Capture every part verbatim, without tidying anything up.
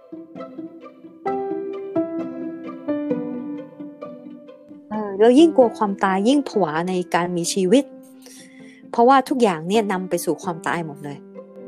เออแล้วยิ่งกลัวความตายยิ่งผวาในการมีชีวิตเพราะว่าทุกอย่างเนี่ยนำไปสู่ความตายหมดเลย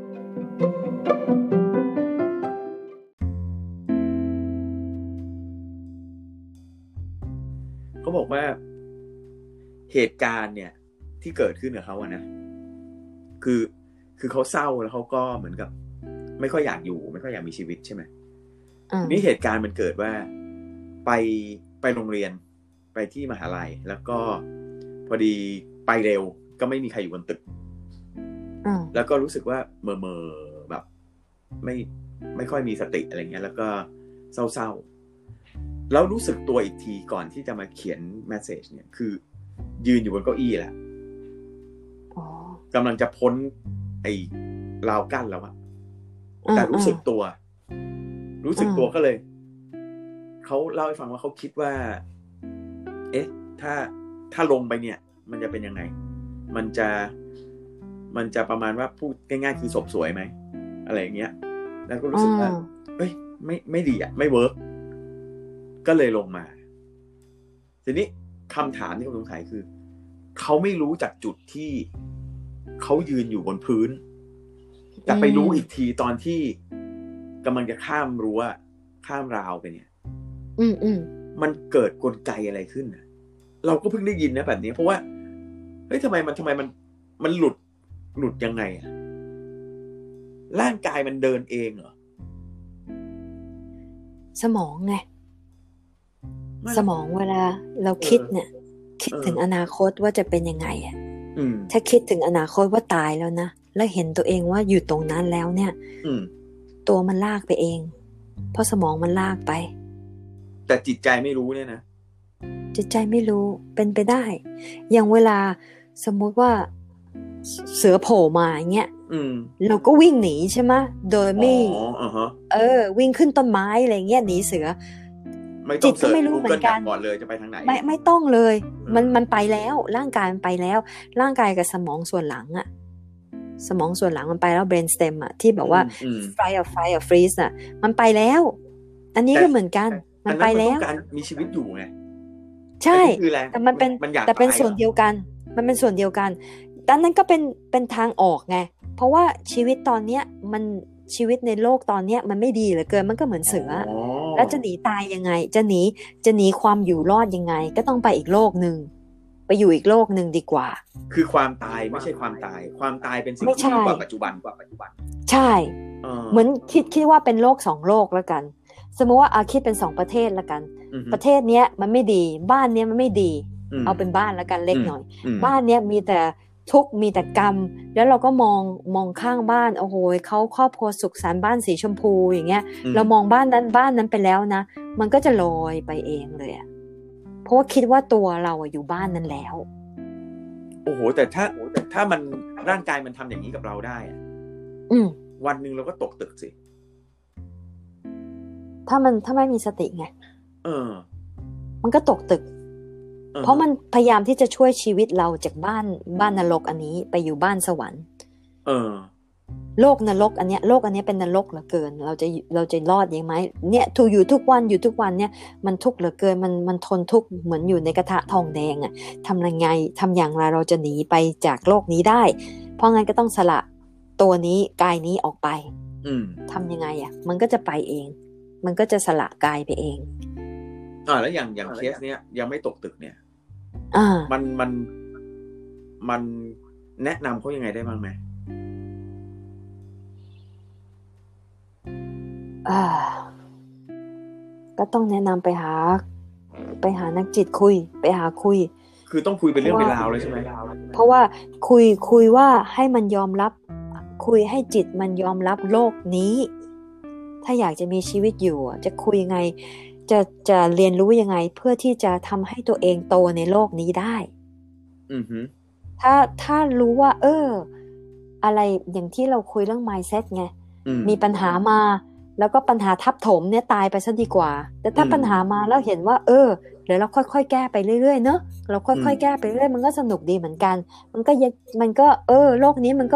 เขาบอกว่าเหตุการณ์เนี่ยที่เกิดขึ้นกับเขาอะนะคือคือเขาเศร้าแล้วเขาก็เหมือนกับไม่ค่อยอยากอยู่ไม่ค่อยอยากมีชีวิตใช่ไหมนี่เหตุการณ์มันเกิดว่าไปไปโรงเรียนไปที่มหาลัยแล้วก็พอดีไปเร็วก็ไม่มีใครอยู่บนตึกแล้วก็รู้สึกว่าเมอเมอแบบไม่ไม่ค่อยมีสติอะไรเงี้ยแล้วก็เศร้าๆแล้วรู้สึกตัวอีกทีก่อนที่จะมาเขียนเมสเสจเนี่ยคือยืนอยู่บนเก้าอี้แหละกำลังจะพ้นไอ้ราวกั้นแล้วอะแต่รู้สึกตัวรู้สึกตัวก็เลยเขาเล่าให้ฟังว่าเขาคิดว่าเอ๊ะถ้าถ้าลงไปเนี่ยมันจะเป็นยังไงมันจะมันจะประมาณว่าพูดง่ายๆคือศพสวยไหมอะไรอย่างเงี้ยแล้วก็รู้สึกว่าเอ้ยไม่ไม่ดีอ่ะไม่เวิร์กก็เลยลงมาทีนี้คำถามที่ผมสงสัยคือเขาไม่รู้จากจุดที่เขายืนอยู่บนพื้นแต่ไปรู้อีกทีตอนที่กำลังจะข้ามรั้วข้ามราวไปเนี่ยอืมอืมมันเกิดกลไกอะไรขึ้นนะเราก็เพิ่งได้ยินนะแบบนี้เพราะว่าเฮ้ยทำไมมันทำไมมันมันหลุดหลุดยังไงอะร่างกายมันเดินเองเหรอสมองไงสมองเวลาเราคิดเนี่ยคิดถึงอนาคตว่าจะเป็นยังไงอ่ะถ้าคิดถึงอนาคตว่าตายแล้วนะแล้วเห็นตัวเองว่าอยู่ตรงนั้นแล้วเนี่ยตัวมันลากไปเองเพราะสมองมันลากไปแต่จิตใจไม่รู้เนี่ยนะจิตใจไม่รู้เป็นไปได้อย่างเวลาสมมุติว่าเสือโผล่มาอย่างเงี้ยเราก็วิ่งหนีใช่ไหมโดยไม่เออวิ่งขึ้นต้นไม้อะไรเงี้ยหนีเสือจิตก็ไม่รู้เหมือนกันก่อนเลยจะไปทางไหนไม่ไม่ต้องเลยมันมันไปแล้วร่างกายมันไปแล้วร่างกายกับสมองส่วนหลังอะสมองส่วนหลังมันไปแล้ว brain stem อะที่แบบว่า fight or flight or freeze อะมันไปแล้วอันนี้ก็เหมือนกันมันไปแล้วการมีชีวิตอยู่ไงใช่แต่มันเป็นแต่เป็นส่วนเดียวกันมันเป็นส่วนเดียวกันดังนั้นก็เป็นเป็นทางออกไงเพราะว่าชีวิตตอนเนี้ยมันชีวิตในโลกตอนเนี้ยมันไม่ดีเหลือเกินมันก็เหมือนเสือแล้วจะหนีตายยังไงจะหนีจะหนีความอยู่รอดยังไงก็ต้องไปอีกโลกนึงไปอยู่อีกโลกนึงดีกว่าคือความตายไม่ใช่ความตายความตายเป็นสิ่งที่ดีกว่าปัจจุบันกว่าปัจจุบันใช่เหมือนคิดคิดว่าเป็นโลกสองโลกแล้วกันสมมติว่าอาคิดเป็นสองประเทศแล้วกันประเทศเนี้ยมันไม่ดีบ้านเนี้ยมันไม่ดีเอาเป็นบ้านแล้วกันเล็กหน่อยบ้านเนี้ยมีแต่ทุกข์มีแต่กรรมแล้วเราก็มองมองข้างบ้านโอ้โหเขาครอบครัวสุขสันต์บ้านสีชมพูอย่างเงี้ยเรามองบ้านนั้นบ้านนั้นไปแล้วนะมันก็จะลอยไปเองเลยอะเพราะว่าคิดว่าตัวเราอยู่บ้านนั้นแล้วโอ้โหแต่ถ้าถ้ามันร่างกายมันทำอย่างนี้กับเราได้อะวันนึงเราก็ตกตึกสิถ้ามันถ้าไม่มีสติไงเออมันก็ตกตึกเพราะมันพยายามที่จะช่วยชีวิตเราจากบ้านบ้านนรกอันนี้ไปอยู่บ้านสวรรค์เออโลกนรกอันเนี้ยโลกอันเนี้ยเป็นนรกเหลือเกินเราจะเราจะรอดยังไหมเนี่ยถูกอยู่ทุกวันอยู่ทุกวันเนี่ยมันทุกข์เหลือเกินมันมันทนทุกข์เหมือนอยู่ในกระทะทองแดงอ่ะทำยังไงทำอย่างไรเราจะหนีไปจากโลกนี้ได้เพราะงั้นก็ต้องสละตัวนี้กายนี้ออกไปทำยังไงอ่ะมันก็จะไปเองมันก็จะสละกายไปเองอ่าแล้วอย่างอย่างเคสเนี้ยยังไม่ตกตึกเนี่ยอ่ามันมันมันแนะนำเขายังไงได้บ้างไหมอ่าก็ต้องแนะนำไปหาไปหานักจิตคุยไปหาคุยคือต้องคุยเป็นเรื่องเป็นราวเลยใช่ไหมเพราะว่าคุยคุยว่าให้มันยอมรับคุยให้จิตมันยอมรับโลกนี้ถ้าอยากจะมีชีวิตอยู่จะคุยยังไงจะจะเรียนรู้ยังไงเพื่อที่จะทำให้ตัวเองโตในโลกนี้ได้อือฮึถ้าถ้ารู้ว่าเอออะไรอย่างที่เราคุยเรื่อง mindset ไงมีปัญหามาแล้วก็ปัญหาทับถมเนี่ยตายไปซะดีกว่าแต่ถ้าปัญหามาแล้วเห็นว่าเออเดี๋ยวเราค่อยๆแก้ไปเรื่อยๆเนอะเราค่อยๆแก้ไปเรื่อยมันก็สนุกดีเหมือนกันมันก็มันก็เออโลกนี้มันก็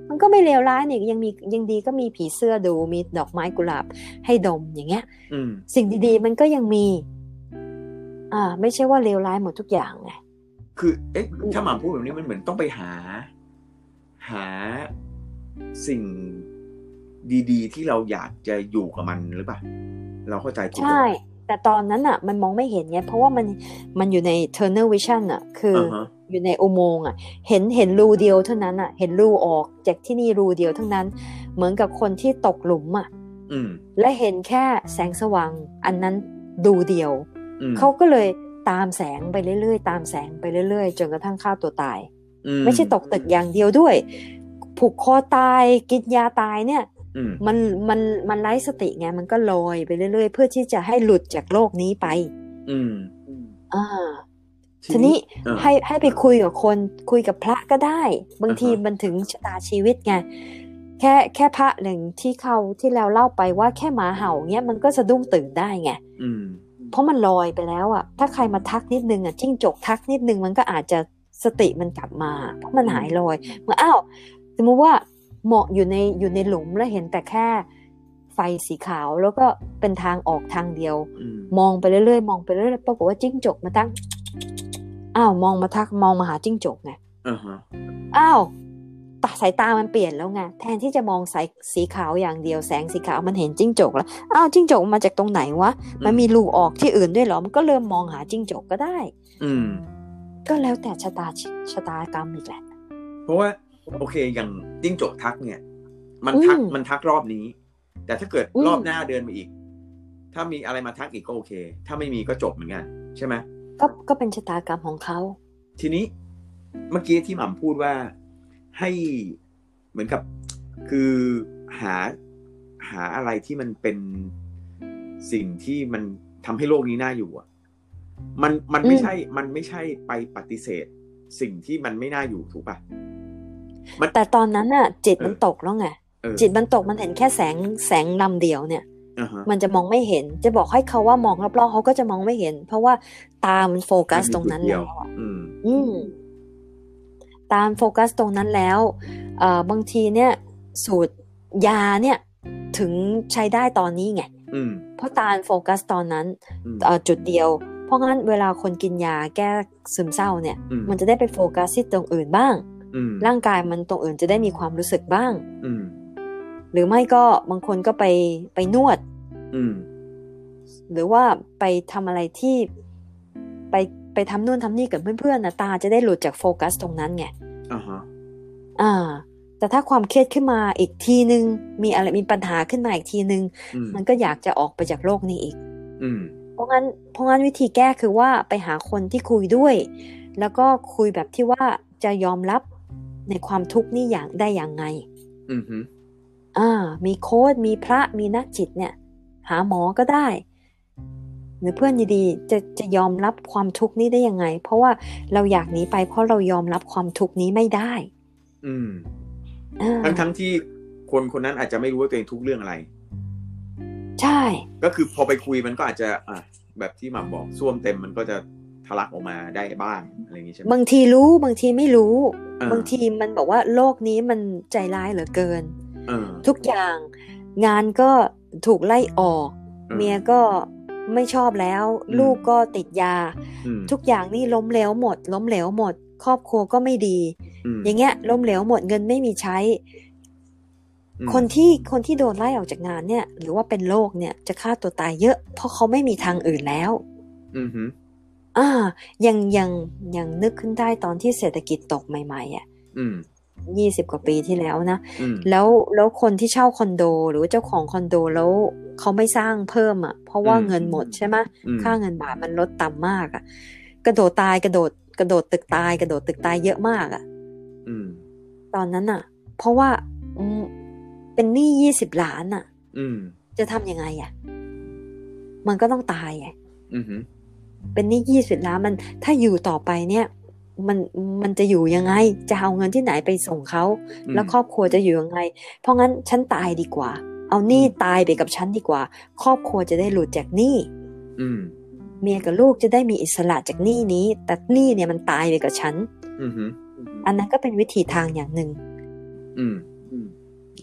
มันก็ไม่เลวร้ายเนี่ยยังมียังดีก็มีผีเสื้อดูมีดอกไม้กุหลาบให้ดมอย่างเงี้ยสิ่งดีๆมันก็ยังมีอ่าไม่ใช่ว่าเลวร้ายหมดทุกอย่างไงคือเอ๊ะถ้าหม่ำพูดแบบนี้มันเหมือนต้องไปหาหาสิ่งดีๆที่เราอยากจะอยู่กับมันหรือเปล่าเราเข้าใจถูกใช่แต่ตอนนั้นอ่ะมันมองไม่เห็นไงเพราะว่ามันมันอยู่ใน tunnel vision อ่ะคือ uh-huh. อยู่ในอุโมงค์อ่ะเห็นเห็นรูเดียวเท่านั้นอ่ะเห็นรูออกจากที่นี่รูเดียวเท่านั้นเหมือนกับคนที่ตกหลุมอ่ะและเห็นแค่แสงสว่างอันนั้นดูเดียวเขาก็เลยตามแสงไปเรื่อยๆตามแสงไปเรื่อยๆจนกระทั่งฆ่าตัวตายไม่ใช่ตกตึกอย่างเดียวด้วยผูกคอตายกินยาตายเนี่ยมันมันมันไร้สติไงมันก็ลอยไปเรื่อยๆเพื่อที่จะให้หลุดจากโลกนี้ไปอืมอ่าทีนี้ให้ให้ไปคุยกับคนคุยกับพระก็ได้บางทีมันถึงชะตาชีวิตไงแค่แค่พระหนึ่งที่เขาที่เราเล่าไปว่าแค่หมาเห่าเงี้ยมันก็สะดุ้งตื่นได้ไงเพราะมันลอยไปแล้วอ่ะถ้าใครมาทักนิดนึงอ่ะจิ้งจกทักนิดนึงมันก็อาจจะสติมันกลับมาเพราะมันหายลอยเมื่ออ้าวสมมติว่าเหมาะอยู่ในอยู่ในหลุมแล้วเห็นแต่แค่ไฟสีขาวแล้วก็เป็นทางออกทางเดียวมองไปเรื่อยๆมองไปเรื่อยๆปรากฏว่าจิ้งจกมาตั้งอ้าวมองมาทักมองมาหาจิ้งจกไงอ้าวตาสายตามันเปลี่ยนแล้วไงแทนที่จะมองสายสีขาวอย่างเดียวแสงสีขาวมันเห็นจิ้งจกแล้วอ้าวจิ้งจกมาจากตรงไหนวะมันมีรูออกที่อื่นด้วยเหรอมันก็เริ่มมองหาจิ้งจกก็ได้อืมก็แล้วแต่ชะตาชะตากรรมอีกแหละเพราะว่าโอเคอย่างจิ้งจกทักเนี่ยมันทักมันทักรอบนี้แต่ถ้าเกิดรอบหน้าเดินมาอีกถ้ามีอะไรมาทักอีกก็โอเคถ้าไม่มีก็จบเหมือนกันใช่ไหมก็ก็เป็นชะตากรรมของเขาทีนี้เมื่อกี้ที่หม่ำพูดว่าให้เหมือนกับคือหาหาอะไรที่มันเป็นสิ่งที่มันทำให้โลกนี้น่าอยู่อ่ะมันมันไม่ใช่มันไม่ใช่ไปปฏิเสธสิ่งที่มันไม่น่าอยู่ถูกป่ะแต่ตอนนั้นน่ะจิตมันตกแล้วไงจิตมันตกมันเห็นแค่แสงแสงลำเดียวเนี่ย uh-huh. มันจะมองไม่เห็นจะบอกให้เขาว่ามองรอบๆเขาก็จะมองไม่เห็นเพราะว่าตามันโฟกัสตรงนั้นแล้วอืมอืมตามโฟกัสตรงนั้นแล้วเอ่อบางทีเนี่ยสูตรยาเนี่ยถึงใช้ได้ตอนนี้ไงเพราะตาโฟกัสตอนนั้นเอ่อจุดเดียวเพราะงั้นเวลาคนกินยาแก้ซึมเศร้าเนี่ยมันจะได้ไปโฟกัสที่ตรงอื่นบ้างร่างกายมันตรงอื่นจะได้มีความรู้สึกบ้างหรือไม่ก็บางคนก็ไปไปนวดหรือว่าไปทำอะไรที่ไปไปทำนู่นทำนี่กับเพื่อนๆนะตาจะได้หลุดจากโฟกัสตรงนั้นไงอ่าฮะอ่าแต่ถ้าความเครียดขึ้นมาอีกทีนึงมีอะไรมีปัญหาขึ้นมาอีกทีนึงมันก็อยากจะออกไปจากโลกนี้อีกเพราะงั้นเพราะงั้นวิธีแก้คือว่าไปหาคนที่คุยด้วยแล้วก็คุยแบบที่ว่าจะยอมรับในความทุกข์นี่อย่างได้อย่างไงอือฮึอ่ามีโค้ชมีพระมีนักจิตเนี่ยหาหมอก็ได้หรือเพื่อนดีๆจะจะยอมรับความทุกข์นี้ได้ยังไงเพราะว่าเราอยากหนีไปเพราะเรายอมรับความทุกข์นี้ไม่ได้อืมทั้งทั้งที่คนคนนั้นอาจจะไม่รู้ว่าตัวเองทุกข์เรื่องอะไรใช่ก็คือพอไปคุยมันก็อาจจะอ่ะแบบที่หม่ำบอกส้วมเต็มมันก็จะทะลักออกมาได้บ้างอะไรอย่างนี้ใช่ไหมบางทีรู้บางทีไม่รู้บางทีมันบอกว่าโลกนี้มันใจร้ายเหลือเกินทุกอย่างงานก็ถูกไล่ออกเมียก็ไม่ชอบแล้วลูกก็ติดยาทุกอย่างนี่ล้มเหลวหมดล้มเหลวหมดครอบครัวก็ไม่ดีอย่างเงี้ยล้มเหลวหมดเงินไม่มีใช้คนที่คนที่โดนไล่ออกจากงานเนี่ยหรือว่าเป็นโรคเนี่ยจะฆ่าตัวตายเยอะเพราะเขาไม่มีทางอื่นแล้วอือฮึอ่ายังยังยังนึกขึ้นได้ตอนที่เศรษฐกิจตกใหม่ๆอ่ะยี่สิบกว่าปีที่แล้วนะแล้วแล้วคนที่เช่าคอนโดหรือว่าเจ้าของคอนโดแล้วเขาไม่สร้างเพิ่มอ่ะเพราะว่าเงินหมดใช่ไหมค่าเงินบาทมันลดต่ำมากอ่ะกระโดดตายกระโดดกระโดดตึกตายกระโดดตึกตายเยอะมากอ่ะตอนนั้นอ่ะเพราะว่าเป็นหนี้ยี่สิบล้านอ่ะจะทำยังไงอ่ะมันก็ต้องตายไงเป็นหนี้ยี่สิบล้านมันถ้าอยู่ต่อไปเนี่ยมันมันจะอยู่ยังไงจะเอาเงินที่ไหนไปส่งเขาแล้วครอบครัวจะอยู่ยังไงเพราะงั้นฉันตายดีกว่าเอาหนี้ตายไปกับฉันดีกว่าครอบครัวจะได้หลุดจากหนี้เมียกับลูกจะได้มีอิสระจากหนี้นี้แต่หนี้เนี่ยมันตายไปกับฉันอันนั้นก็เป็นวิธีทางอย่างหนึ่ง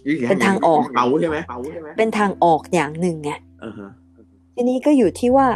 เป็นทางออกเป๋าใช่ไหมเป็นทางออกอย่างหนึ่งไง uh-huh. ทีนี้ก็อยู่ที่ว่า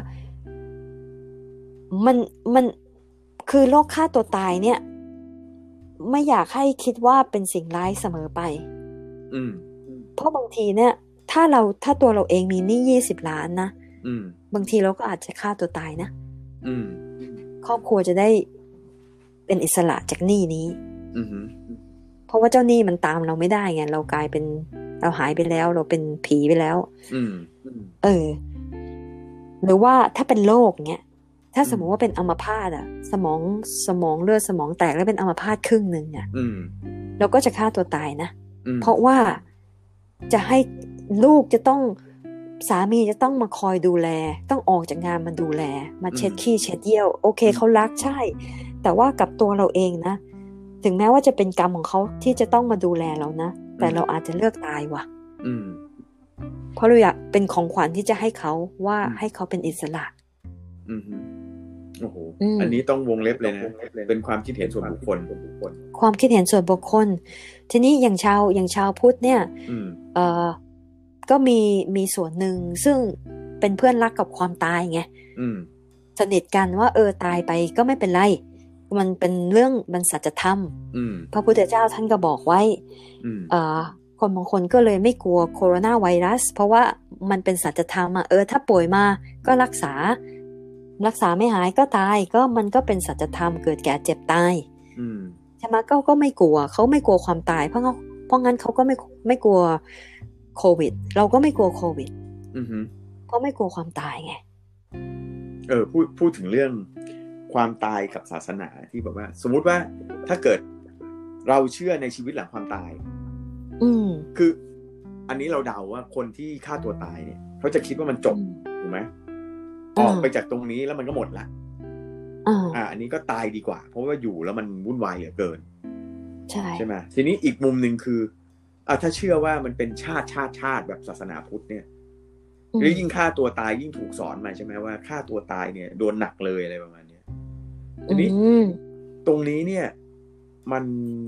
มันมันคือโรคฆ่าตัวตายเนี่ยไม่อยากให้คิดว่าเป็นสิ่งร้ายเสมอไปอืมเพราะบางทีเนี่ยถ้าเราถ้าตัวเราเองมีหนี้ยี่สิบล้านนะอืมบางทีเราก็อาจจะฆ่าตัวตายนะอืมครอบครัวจะได้เป็นอิสระจากหนี้นี้อืมเพราะว่าเจ้าหนี้มันตามเราไม่ได้ไงเรากลายเป็นเราหายไปแล้วเราเป็นผีไปแล้วอืมเออหรือว่าถ้าเป็นโรคเงี้ยถ้าสมมติว่าเป็นอัมพาตอะสมองสมองเลือดสมองแตกแล้วเป็นอัมพาตครึ่งนึงอะเราก็จะฆ่าตัวตายนะเพราะว่าจะให้ลูกจะต้องสามีจะต้องมาคอยดูแลต้องออกจากงานมาดูแลมาเช็ดขี้เช็ดเยี่ยวโอเคเขารักใช่แต่ว่ากับตัวเราเองนะถึงแม้ว่าจะเป็นกรรมของเขาที่จะต้องมาดูแลเรานะแต่เราอาจจะเลือกตายว่ะเพราะเราอยากเป็นของขวัญที่จะให้เขาว่าให้เขาเป็นอิสระอือฮึโอ้โหอันนี้ต้องวงเล็บเลยนะเป็นความคิดเห็นส่วนบุคคลความคิดเห็นส่วนบุคคลทีนี้อย่างชาวอย่างชาวพุทธเนี่ยเอ่อก็มีมีส่วนหนึ่งซึ่งเป็นเพื่อนรักกับความตายไงสนิทกันว่าเออตายไปก็ไม่เป็นไรมันเป็นเรื่องมันสัจธรรมพระพุทธเจ้าท่านก็บอกไว้เอ่อคนบางคนก็เลยไม่กลัวโคโรนาไวรัสเพราะว่ามันเป็นสัจธรรมอ่ะเออถ้าป่วยมาก็รักษารักษาไม่หายก็ตายก็มันก็เป็นสัจธรรมเกิดแก่เจ็บตายใช่ไหมก็ก็ไม่กลัวเขาไม่กลัวความตายเพราะเขาเพราะงั้นเขาก็ไม่ไม่กลัวโควิดเราก็ไม่กลัวโควิดเพราะไม่กลัวความตายไงเออพูดพูดถึงเรื่องความตายกับศาสนาที่แบบว่าสมมุติว่าถ้าเกิดเราเชื่อในชีวิตหลังความตายอืมคืออันนี้เราเดาว่าคนที่ฆ่าตัวตายเนี่ยเขาจะคิดว่ามันจบถูกไหมออกไปจากตรงนี้แล้วมันก็หมดละอ่าอันนี้ก็ตายดีกว่าเพราะว่าอยู่แล้วมันวุ่นวายเหลือเกินใช่ใช่ไหมทีนี้อีกมุมหนึ่งคืออ่าถ้าเชื่อว่ามันเป็นชาติชาติชาติแบบศาสนาพุทธเนี่ยหรือยิ่งฆ่าตัวตายยิ่งถูกสอนมาใช่ไหมว่าฆ่าตัวตายเนี่ยโดนหนักเลยอะไรประมาณนี้ทีนี้ตรงนี้เนี่ยมัน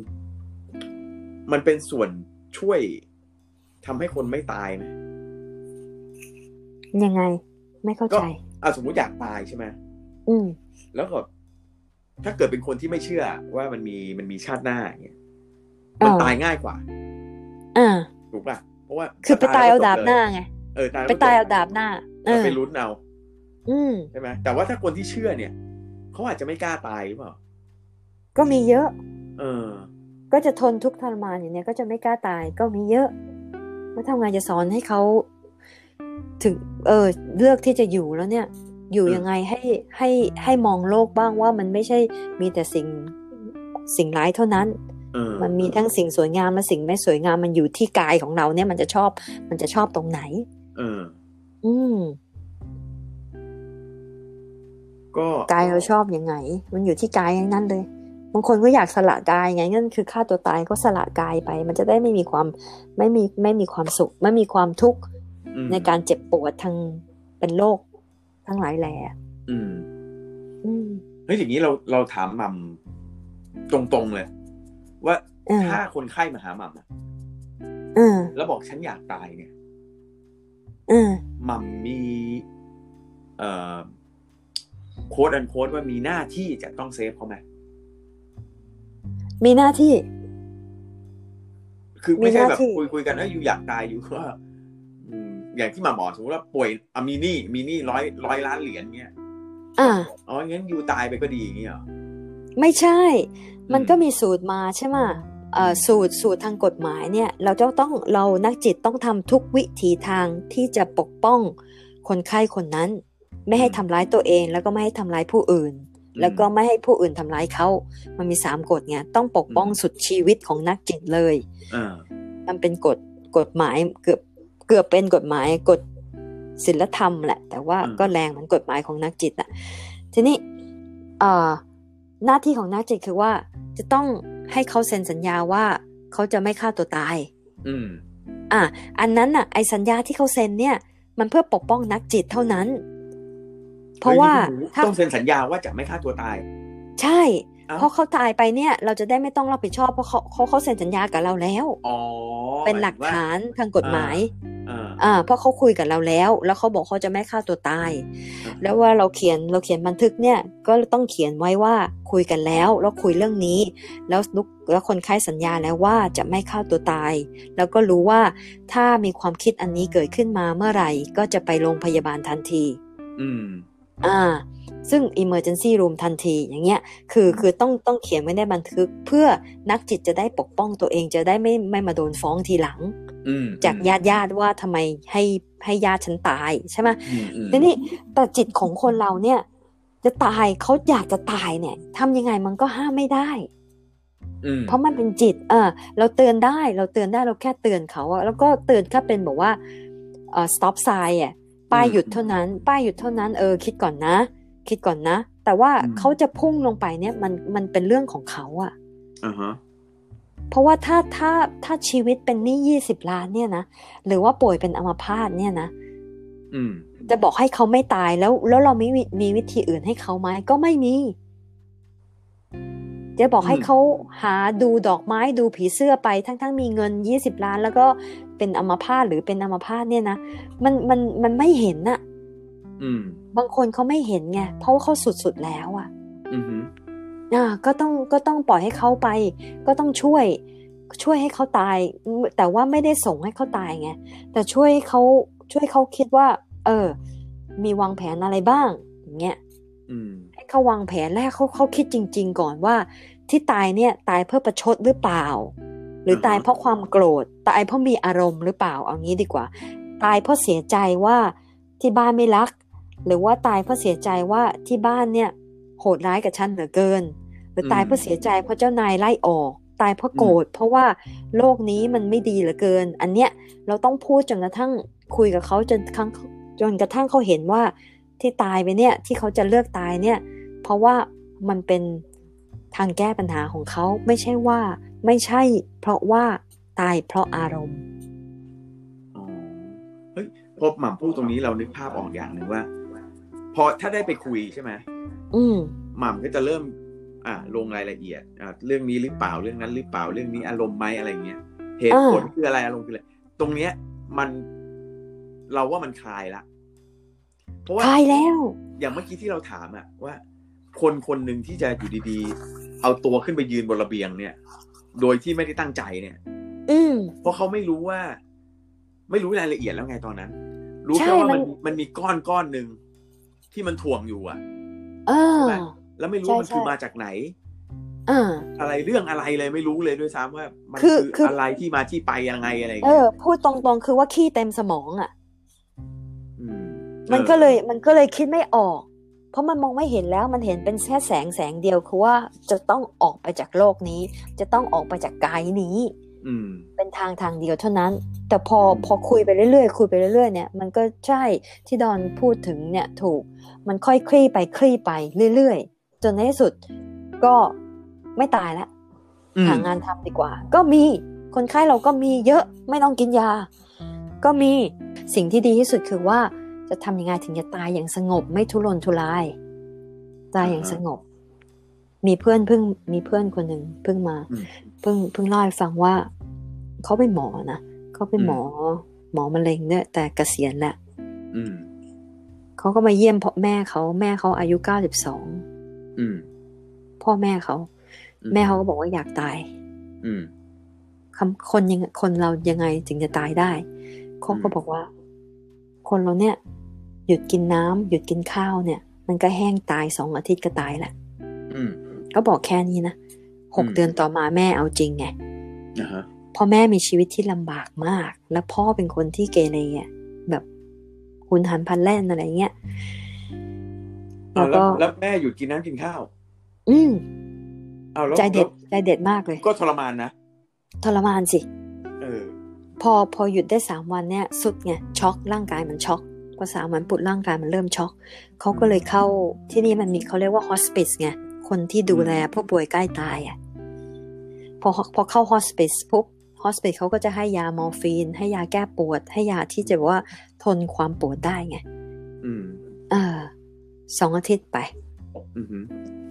มันเป็นส่วนช่วยทำให้คนไม่ตายไหมยังไงไม่เข้าใจอ่ะสมมุติอยากตายใช่ไหมอืมแล้วก็ถ้าเกิดเป็นคนที่ไม่เชื่อว่ามันมีมันมีชาติหน้าอย่างเงี้ยมันตายง่ายกว่าอ่าถูกป่ะเพราะว่าคือไปตายเอาดาบหน้าไงเออไปตายเอาดาบหน้าเออไปลุ้นเอาอืมใช่ไหมแต่ว่าถ้าคนที่เชื่อเนี่ยเขาอาจจะไม่กล้าตายหรือเปล่าก็มีเยอะเออก็จะทนทุกข์ทรมานอย่างเนี้ยก็จะไม่กล้าตายก็มีเยอะแล้วทำไงจะสอนให้เขาถึงเออเลือกที่จะอยู่แล้วเนี่ยอยู่ยังไงให้ให้ให้มองโลกบ้างว่ามันไม่ใช่มีแต่สิ่งสิ่งร้ายเท่านั้นมันมีทั้งสิ่งสวยงามและสิ่งไม่สวยงามมันอยู่ที่กายของเราเนี่ยมันจะชอบมันจะชอบตรงไหนเอออืมก็กายเราชอบยังไงมันอยู่ที่กายอย่างนั้นเลยบางคนก็อยากสละกายไงนั่นคือฆ่าตัวตายก็สละกายไปมันจะได้ไม่มีความไม่มีไม่มีความสุขไม่มีความทุกข์ในการเจ็บปวดทางเป็นโรคทั้งหลายแหล่อืมอืมเฮ้ยอย่างนี้เราเราถามหม่ำตรงๆเลยว่าถ้าคนไข้มาหาหม่ำอ่ะแล้วบอกฉันอยากตายเนี่ยหม่ำมีเอ่อโค้ดอันโค้ดว่ามีหน้าที่จะต้องเซฟเขาไหมมีหน้าที่คือไม่ใช่แบบคุยคุยกันเอ้ยอยู่อยากตายอยู่ก็อย่างที่หม่ำบอกสมมติว่าป่วยอะมีหนี้มีหนี้ร้อยร้อยล้านเหรียญเงี้ยอ่าอ๋องั้นอยู่ตายไปก็ดีอย่างเงี้ยหรอไม่ใช่มันก็มีสูตรมาใช่ไหมเอ่อสูตรสูตรทางกฎหมายเนี่ยเราจะต้องเรานักจิตต้องทำทุกวิถีทางที่จะปกป้องคนไข้คนนั้นไม่ให้ทำร้ายตัวเองแล้วก็ไม่ให้ทำร้ายผู้อื่นแล้วก็ไม่ให้ผู้อื่นทำร้ายเขามันมีสามกฎไงต้องปกป้องสุดชีวิตของนักจิตเลยมันเป็นกฎกฎหมายเกือบเกือบเป็นกฎหมายกฎศีลธรรมแหละแต่ว่าก็แรงเหมือนกฎหมายของนักจิตอ่ะทีนี้อ่าหน้าที่ของนักจิตคือว่าจะต้องให้เขาเซ็นสัญญาว่าเขาจะไม่ฆ่าตัวตายอืมอ่ะอันนั้นน่ะไอ้สัญญาที่เขาเซ็นเนี่ยมันเพื่อปกป้องนักจิตเท่านั้นเพราะว่าต้องเซ็นสัญญาว่าจะไม่ฆ่าตัวตายใช่เพราะเขาตายไปเนี่ยเราจะได้ไม่ต้องรับผิดชอบเพราะเขาเขาเขาเซ็นสัญญากับเราแล้วเป็นหลักฐานทางกฎหมายอ่าเพราะเขาคุยกับเราแล้วแล้วเขาบอกเขาจะไม่ฆ่าตัวตายแล้วว่าเราเขียนเราเขียนบันทึกเนี่ยก็ต้องเขียนไว้ว่าคุยกันแล้วแล้วคุยเรื่องนี้แล้วลุกแล้วคนไข้สัญญาแล้วว่าจะไม่ฆ่าตัวตายแล้วก็รู้ว่าถ้ามีความคิดอันนี้เกิดขึ้นมาเมื่อไหร่ก็จะไปโรงพยาบาลทันทีอืมอ่าซึ่ง emergency room ทันทีอย่างเงี้ยคือคือต้องต้องเขียนไว้ในบันทึกเพื่อนักจิตจะได้ปกป้องตัวเองจะได้ไม่ไม่มาโดนฟ้องทีหลังจากญาติญาติว่าทำไมให้ให้ญาติฉันตายใช่ไหมทีนี้แต่จิตของคนเราเนี่ยจะตายเขาอยากจะตายเนี่ยทำยังไงมันก็ห้ามไม่ได้เพราะมันเป็นจิตเออเราเตือนได้เราเตือนได้เราแค่เตือนเขาอะแล้วก็เตือนแค่เป็นบอกว่าเอ่อ stop sign อ่ะป้ายหยุดเท่านั้นป้ายหยุดเท่านั้นเออคิดก่อนนะคิดก่อนนะแต่ว่าเขาจะพุ่งลงไปเนี่ยมันมันเป็นเรื่องของเขาอ่ะอ่าฮะเพราะว่าถ้าถ้าถ้าชีวิตเป็นหนี้ยี่สิบล้านเนี่ยนะหรือว่าป่วยเป็นอัมพาตเนี่ยนะอืมจะบอกให้เขาไม่ตายแล้วแล้วเราไม่มีวิธีอื่นให้เขาไหมก็ไม่มีจะบอกให้เขาหาดูดอกไม้ดูผีเสื้อไปทั้งๆมีเงินยี่สิบล้านแล้วก็เป็นอัมพาตหรือเป็นอัมพาตเนี่ยนะมันมันมันไม่เห็นน่ะอืมบางคนเขาไม่เห็นไงเพราะว่าเขาสุดๆแล้วอ่ะอือฮึอ่าก็ต้องก็ต้องปล่อยให้เขาไปก็ต้องช่วยช่วยให้เขาตายแต่ว่าไม่ได้ส่งให้เขาตายไงแต่ช่วยเขาช่วยเขาคิดว่าเออมีวางแผนอะไรบ้างอย่างเงี้ยให้เขาวางแผนแรกเขาเขาคิดจริงๆก่อนว่าที่ตายเนี่ยตายเพื่อประชดหรือเปล่าหรือตายเพราะความโกรธตายเพราะมีอารมณ์หรือเปล่าเอางี้ดีกว่าตายเพราะเสียใจว่าที่บ้านไม่รักหรือว่าตายเพราะเสียใจว่าที่บ้านเนี่ยโหดร้ายกับฉันเหลือเกินหรือตายเพราะเสียใจเพราะเจ้านายไล่ออกตายเพราะโกรธเพราะว่าโลกนี้มันไม่ดีเหลือเกินอันเนี้ยเราต้องพูดจนกระทั่งคุยกับเขาจนครั้งจนกระทั่งเขาเห็นว่าที่ตายไปเนี่ยที่เขาจะเลือกตายเนี่ยเพราะว่ามันเป็นทางแก้ปัญหาของเขาไม่ใช่ว่าไม่ใช่เพราะว่าตายเพราะอารมณ์อ๋อเฮ้ยพอหม่ำพูดตรงนี้เรานึกภาพออกอย่างหนึ่งว่าพอถ้าได้ไปคุยใช่ไหมอืมหม่ำก็จะเริ่มอ่าลงรายละเอียดอ่าเรื่องนี้หรือเปล่าเรื่องนั้นหรือเปล่าเรื่องนี้อารมณ์ไหมอะไรเงี้ยเหตุผลคืออะไรอารมณ์คืออะไรตรงเนี้ยมันเราว่ามันคลายละเพราะว่าคลายแล้วอย่างเมื่อกี้ที่เราถามอะว่าคนคนหนึ่งที่จะอยู่ดีๆเอาตัวขึ้นไปยืนบนระเบียงเนี่ยโดยที่ไม่ได้ตั้งใจเนี่ยอืมเพราะเขาไม่รู้ว่าไม่รู้รายละเอียดแล้วไงตอนนั้นรู้แค่ว่ามันมันมีก้อนก้อนหนึ่งที่มันถ่วงอยู่อ่ะเออแล้วไม่รู้มันคือมาจากไหนเอออะไรเรื่องอะไรเลยไม่รู้เลยด้วยซ้ำว่ามันคืออะไรที่มาที่ไปยังไงอะไรอย่างเงี้ยเออพูดตรงๆคือว่าขี้เต็มสมองอ่ะอืมมันก็เลยมันก็เลยคิดไม่ออกเพราะมันมองไม่เห็นแล้วมันเห็นเป็นแค่แสงแสงเดียวคือว่าจะต้องออกไปจากโลกนี้จะต้องออกไปจากกายนี้เป็นทางทางเดียวเท่านั้นแต่พอพอคุยไปเรื่อยๆคุยไปเรื่อยๆเนี่ยมันก็ใช่ที่ดอนพูดถึงเนี่ยถูกมันค่อยคลี่ไปคลี่ไปเรื่อยๆจนในที่สุดก็ไม่ตายแล้วหางานทำดีกว่าก็มีคนไข้เราก็มีเยอะไม่ต้องกินยาก็มีสิ่งที่ดีที่สุดคือว่าจะทำยังไงถึงจะตายอย่างสงบไม่ทุรนทุรายตายอย่างสงบมีเพื่อนเพิ่งมีเพื่อนคนหนึ่งเพิ่งมาเพิ่งเพิ่งเล่าให้ฟังว่าเขาเป็นหมอนะเขาเป็นหมอหมอมะเร็งเนี่ยแต่เกษียณแล้วเขาก็มาเยี่ยมพ่อแม่เขาแม่เขาอายุเก้าสิบสองพ่อแม่เขาแม่เขาก็บอกว่าอยากตายคำคนยังคนเรายังไงจึงจะตายได้เขาก็บอกว่าคนเราเนี่ยหยุดกินน้ำหยุดกินข้าวเนี่ยมันก็แห้งตายสองอาทิตย์ก็ตายแหละก็บอกแค่นี้นะหกเดือนต่อมาแม่เอาจริงไงเพราะแม่มีชีวิตที่ลำบากมากและพ่อเป็นคนที่เกเรอ่ะแบบหุนหันพลันแล่นอะไรเงี้ยแล้วก็แล้วแม่หยุดกินน้ำกินข้าวอืมเอาแล้วใจเด็ดใจเด็ดมากเลยก็ทรมานนะทรมานสิเออพอพอหยุดได้สามวันเนี่ยสุดไงช็อกร่างกายมันช็อกพอสามวันปุดร่างกายมันเริ่มช็อกเขาก็เลยเข้าที่นี่มันมีเขาเรียกว่าฮอสปิสไงคนที่ดูแลผู้ป่วยใกล้ตายอ่ะพอพอเข้าฮอสปิสปุ๊บฮอสปิสเขาก็จะให้ยามอร์ฟีนให้ยาแก้ปวดให้ยาที่จะว่าทนความปวดได้ไงอืมเออสองอาทิตย์ไปอือฮึ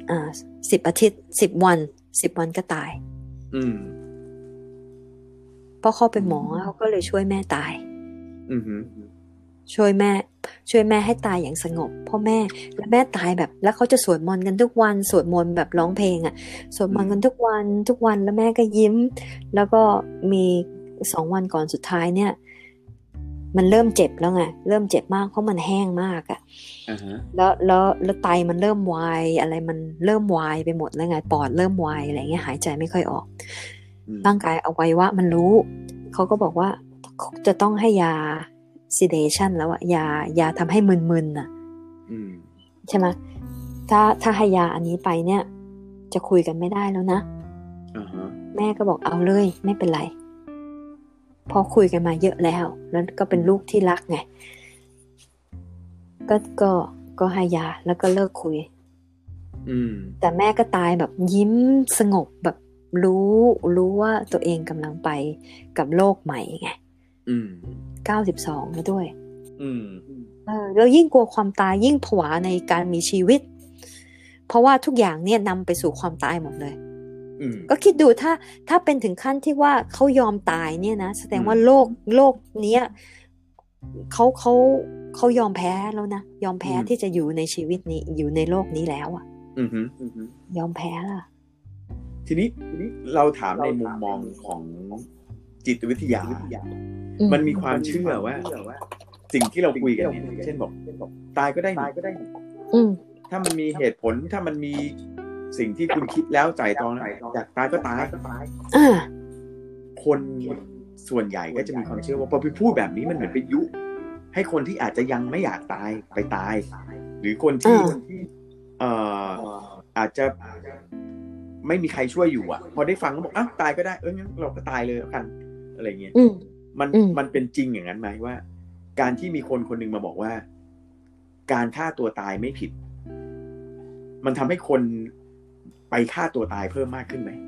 อ่าสิบอาทิตย์สิบวันสิบวันก็ตายอืมเพราะเขาเป็นหมอเขาก็เลยช่วยแม่ตายอือฮึช่วยแม่ช่วยแม่ให้ตายอย่างสงบพ่อแม่แล้วแม่ตายแบบแล้วเขาจะสวดมนต์กันทุกวันสวดมนต์แบบร้องเพลงอ่ะสวดมนต์กันทุกวันทุกวันแล้วแม่ก็ยิ้มแล้วก็มีสองวันก่อนสุดท้ายเนี่ยมันเริ่มเจ็บแล้วไงเริ่มเจ็บมากเพราะมันแห้งมากอ่ะ uh-huh. แล้วแล้วแล้วไตมันเริ่มวายอะไรมันเริ่มวายไปหมดแล้วไงปอดเริ่มวายอะไรเงี้ยหายใจไม่ค่อยออกร่างกายอวัยวะมันรู้เขาก็บอกว่าจะต้องให้ยาsedation แล้วอะยายาทำให้มึนๆน่ะใช่ไหมถ้าถ้าให้ยาอันนี้ไปเนี่ยจะคุยกันไม่ได้แล้วนะ uh-huh. แม่ก็บอกเอาเลยไม่เป็นไรพอคุยกันมาเยอะแล้วแล้วก็เป็นลูกที่รักไงก็ก็ก็ให้ยาแล้วก็เลิกคุยแต่แม่ก็ตายแบบยิ้มสงบแบบรู้รู้ว่าตัวเองกำลังไปกับโลกใหม่ไงเก้าสิบสองแล้วด้วยเออแล้วยิ่งกลัวความตายยิ่งผวาในการมีชีวิตเพราะว่าทุกอย่างเนี่ยนำไปสู่ความตายหมดเลยก็คิดดูถ้าถ้าเป็นถึงขั้นที่ว่าเขายอมตายเนี่ยนะแสดงว่าโลกโลกนี้เขาเขาเขายอมแพ้แล้วนะยอมแพ้ที่จะอยู่ในชีวิตนี้อยู่ในโลกนี้แล้วอ่ะยอมแพ้ล่ะทีนี้เราถามในมุมมองของจิตวิทยามันมีความเชื่อว่าสิ่งที่เราคุยกันเนี่ยเช่นบอกตายก็ได้ถ้ามันมีเหตุผลถ้ามันมีสิ่งที่คุณคิดแล้วใจตองอยากตายก็ตายคนส่วนใหญ่ก็จะมีความเชื่อว่าพอไปพูดแบบนี้มันเหมือนไปยุให้คนที่อาจจะยังไม่อยากตายไปตายหรือคนที่เอ่ออาจจะไม่มีใครช่วยอยู่อ่ะพอได้ฟังก็บอกอ้าวตายก็ได้เอองั้นเราก็ตายเลยแล้วกันอะไรเงี้ยมันมันเป็นจริงอย่างนั้นไหมว่าการที่มีคนคนนึงมาบอกว่าการฆ่าตัวตายไม่ผิดมันทำให้คนไปฆ่าตัวตายเพิ่มมากขึ้นไหม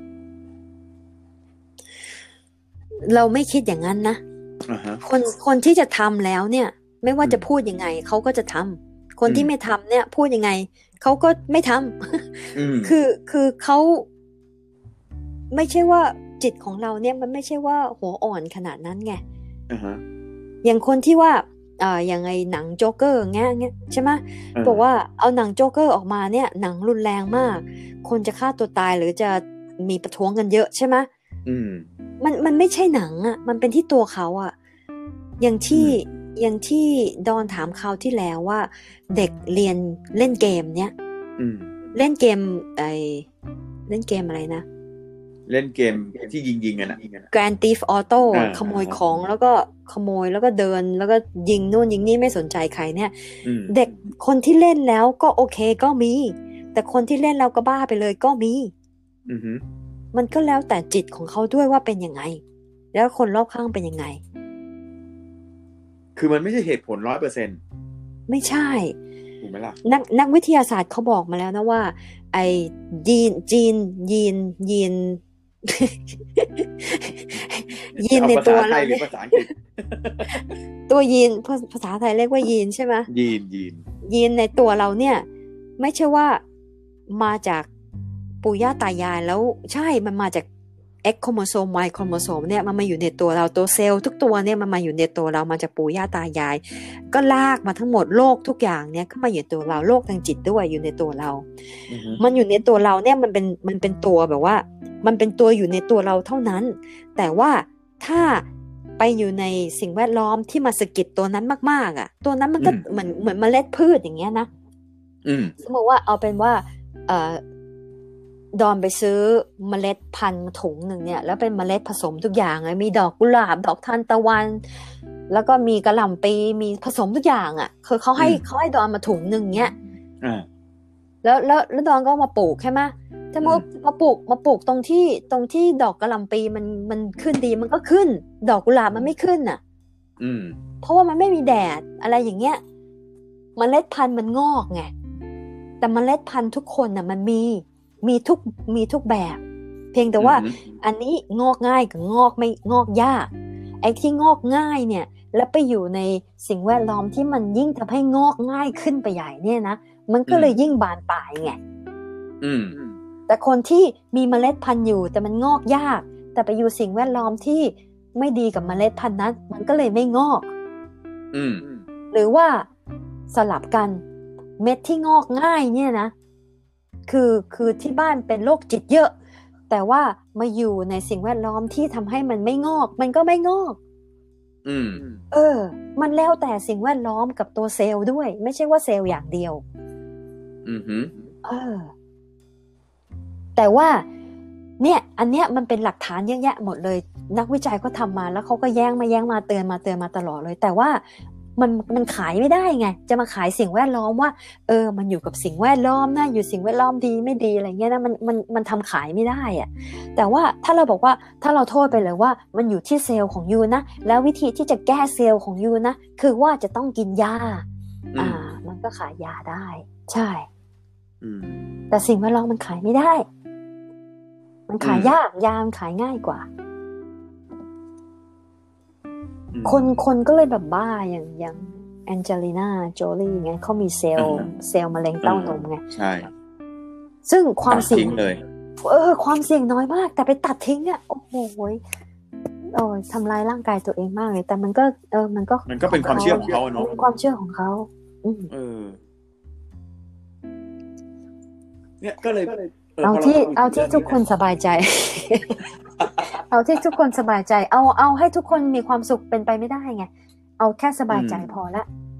เราไม่คิดอย่างนั้นนะ uh-huh. คนคนที่จะทำแล้วเนี่ยไม่ว่าจะพูดยังไงเขาก็จะทำคนที่ไม่ทำเนี่ยพูดยังไงเขาก็ไม่ทำคือคือเขาไม่ใช่ว่าจิตของเราเนี่ยมันไม่ใช่ว่าหัวอ่อนขนาดนั้นไง uh-huh. อย่างคนที่ว่าอ่าอย่างไงหนังโจ๊กเกอร์เงี้ยเงี้ยใช่ไหม uh-huh. บอกว่าเอาหนังโจ๊กเกอร์ออกมาเนี่ยหนังรุนแรงมากคนจะฆ่าตัวตายหรือจะมีประท้วงกันเยอะใช่ไหมมันมันไม่ใช่หนังอ่ะมันเป็นที่ตัวเขาอ่ะอย่างที่อย่างที่ดอนถามคราวที่แล้วว่าเด็กเรียนเล่นเกมเนี้ยเล่นเกมไอเล่นเกมอะไรนะเล่นเกมที่ยิงยิงกันอ่ะ Grand Theft Auto ขโมยของแล้วก็ขโมยแล้วก็เดินแล้วก็ยิงนู่นยิงนี่ไม่สนใจใครเนี่ยเด็กคนที่เล่นแล้วก็โอเคก็มีแต่คนที่เล่นแล้วก็บ้าไปเลยก็มีมันก็แล้วแต่จิตของเขาด้วยว่าเป็นยังไงแล้วคนรอบข้างเป็นยังไงคือมันไม่ใช่เหตุผล ร้อยเปอร์เซ็นต์ไม่ใช่ถูกไหมล่ะนักนักวิทยาศาสตร์เขาบอกมาแล้วนะว่าไอ้ยีนจีนยีนยีนยีนในตัวเราเนี่ยตัวยีนภาษาไทยเรียกว่ายีนใช่ไหมยีนยีนยีนในตัวเราเนี่ยไม่ใช่ว่ามาจากปู่ย่าตายายแล้วใช่มันมาจาก X โครโมโซม Y โครโมโซมเนี่ยมันมาอยู่ในตัวเราตัวเซลล์ทุกตัวเนี่ยมันมาอยู่ในตัวเรามาจากปู่ย่าตายายก็ลากมาทั้งหมดโลกทุกอย่างเนี่ยก็มาอยู่ในตัวเราโลกทางจิตด้วยอยู่ในตัวเรา uh-huh. มันอยู่ในตัวเราเนี่ยมันเป็นมันเป็นตัวแบบว่ามันเป็นตัวอยู่ในตัวเราเท่านั้นแต่ว่าถ้าไปอยู่ในสิ่งแวดล้อมที่มาสะกิดตัวนั้นมากๆอ่ะตัวนั้นมันก็เหมือนเหมือนเมล็ดพืชอย่างเงี้ยนะสมมติว่าเอาเป็นว่าเอ่อดอนไปซื้อเมล็ดพันธุ์ถุงหนึ่งเนี่ยแล้วเป็นเมล็ดผสมทุกอย่างเลยมีดอกกุหลาบดอกทานตะวันแล้วก็มีกระหล่ำปีมีผสมทุกอย่างอ่ะคือเขาให้เขาให้ดอนมาถุงหนึ่งเนี้ยแล้วแล้วแล้วดอนก็มาปลูกใช่ไหมถ้ามามาปลูกมาปลูกตรงที่ตรงที่ดอกกระหล่ำปีมันมันขึ้นดีมันก็ขึ้นดอกกุหลาบมันไม่ขึ้นอ่ะเพราะว่ามันไม่มีแดดอะไรอย่างเงี้ยเมล็ดพันธุ์มันงอกไงแต่เมล็ดพันธุ์ทุกคนน่ะมันมีมีทุกมีทุกแบบเพียงแต่ว่า mm-hmm. อันนี้งอกง่ายกับงอกไม่งอกยากไอ้ที่งอกง่ายเนี่ยแล้วไปอยู่ในสิ่งแวดล้อมที่มันยิ่งทำให้งอกง่ายขึ้นไปใหญ่เนี่ยนะมันก็เลยยิ่งบานปลายไงอืมแต่คนที่มีเมล็ดพันธุ์อยู่แต่มันงอกยากแต่ไปอยู่สิ่งแวดล้อมที่ไม่ดีกับเมล็ดพันธุ์นั้นมันก็เลยไม่งอกอืมหรือว่าสลับกันเม็ดที่งอกง่ายเนี่ยนะคือคือที่บ้านเป็นโรคจิตเยอะแต่ว่ามาอยู่ในสิ่งแวดล้อมที่ทำให้มันไม่งอกมันก็ไม่งอกอืมเออมันแล้วแต่สิ่งแวดล้อมกับตัวเซลล์ด้วยไม่ใช่ว่าเซลล์อย่างเดียวอือหือเออแต่ว่าเนี่ยอันเนี้ยมันเป็นหลักฐานเยอะแยะหมดเลยนักวิจัยก็ทำมาแล้วเขาก็แย้งมาแย้งมาเตือนมาเตือนมาตลอดเลยแต่ว่ามันมันขายไม่ได้ไงจะมาขายสิ่งแวดล้อมว่าเออมันอยู่กับสิ่งแวดล้อมนะอยู่สิ่งแวดล้อมดีไม่ดีอะไรเงี้ยนะมันมันมันทำขายไม่ได้อะแต่ว่าถ้าเราบอกว่าถ้าเราโทษไปเลยว่ามันอยู่ที่เซลล์ของยูนะแล้ววิธีที่จะแก้เซลล์ของยูนะคือว่าจะต้องกินยาอ่ามันก็ขายยาได้ใช่แต่สิ่งแวดล้อมมันขายไม่ได้มันขายยากยามันขายง่ายกว่าคนคนก็เลยแบบบ้าอย่างอย่างแองเจลิน่าโจลี่ไงเขามีเซลล์เซลล์มะเร็งเต้านมไงใช่ซึ่งความเสี่ยงเลยเออความเสี่ยงน้อยมากแต่ไปตัดทิ้งอ่ะโอ้โหโอ้ยทำลายร่างกายตัวเองมากเลยแต่มันก็เออมันก็มันก็เป็นความเชื่อของเขาเนาะเป็นความเชื่อของเขาเออเนี่ยก็เลยเอาที่เอาที่ทุกคนสบายใจ เอาที่ทุกคนสบายใจเอาเอาให้ทุกคนมีความสุขเป็นไปไม่ได้ไงเอาแค่สบายใจพอละ